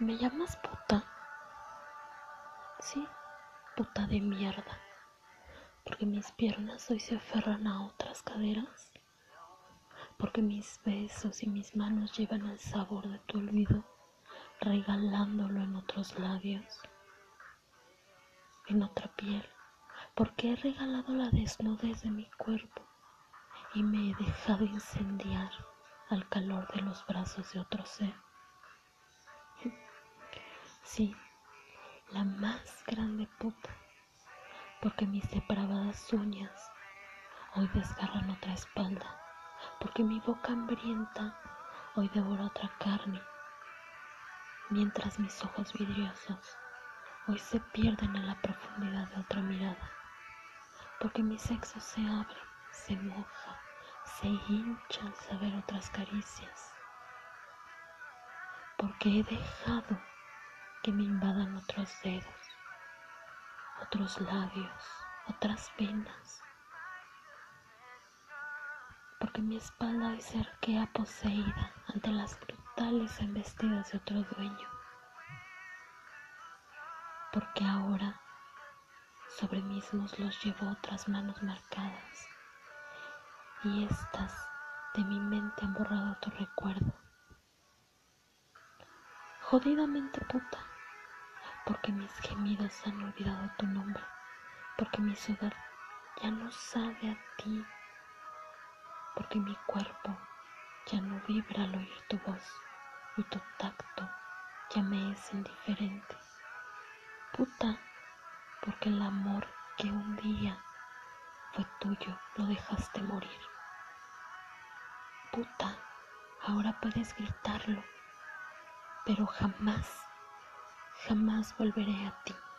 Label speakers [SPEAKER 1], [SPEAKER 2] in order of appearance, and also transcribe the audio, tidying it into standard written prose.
[SPEAKER 1] ¿Me llamas puta? Sí, puta de mierda. Porque mis piernas hoy se aferran a otras caderas. Porque mis besos y mis manos llevan el sabor de tu olvido, regalándolo en otros labios, en otra piel. Porque he regalado la desnudez de mi cuerpo y me he dejado incendiar al calor de los brazos de otro ser. Sí, la más grande puta, porque mis depravadas uñas hoy desgarran otra espalda, porque mi boca hambrienta hoy devora otra carne, mientras mis ojos vidriosos hoy se pierden en la profundidad de otra mirada, porque mi sexo se abre, se moja, se hincha al saber otras caricias, porque he dejado que me invadan otros dedos, otros labios, otras venas, porque mi espalda hoy se arquea poseída ante las brutales embestidas de otro dueño, porque ahora sobre mis muslos llevo otras manos marcadas y estas de mi mente han borrado tu recuerdo. Jodidamente puta, porque mis gemidos han olvidado tu nombre, porque mi sudor ya no sabe a ti, porque mi cuerpo ya no vibra al oír tu voz y tu tacto ya me es indiferente. Puta, porque el amor que un día fue tuyo lo dejaste morir. Puta, ahora puedes gritarlo, pero jamás, jamás volveré a ti.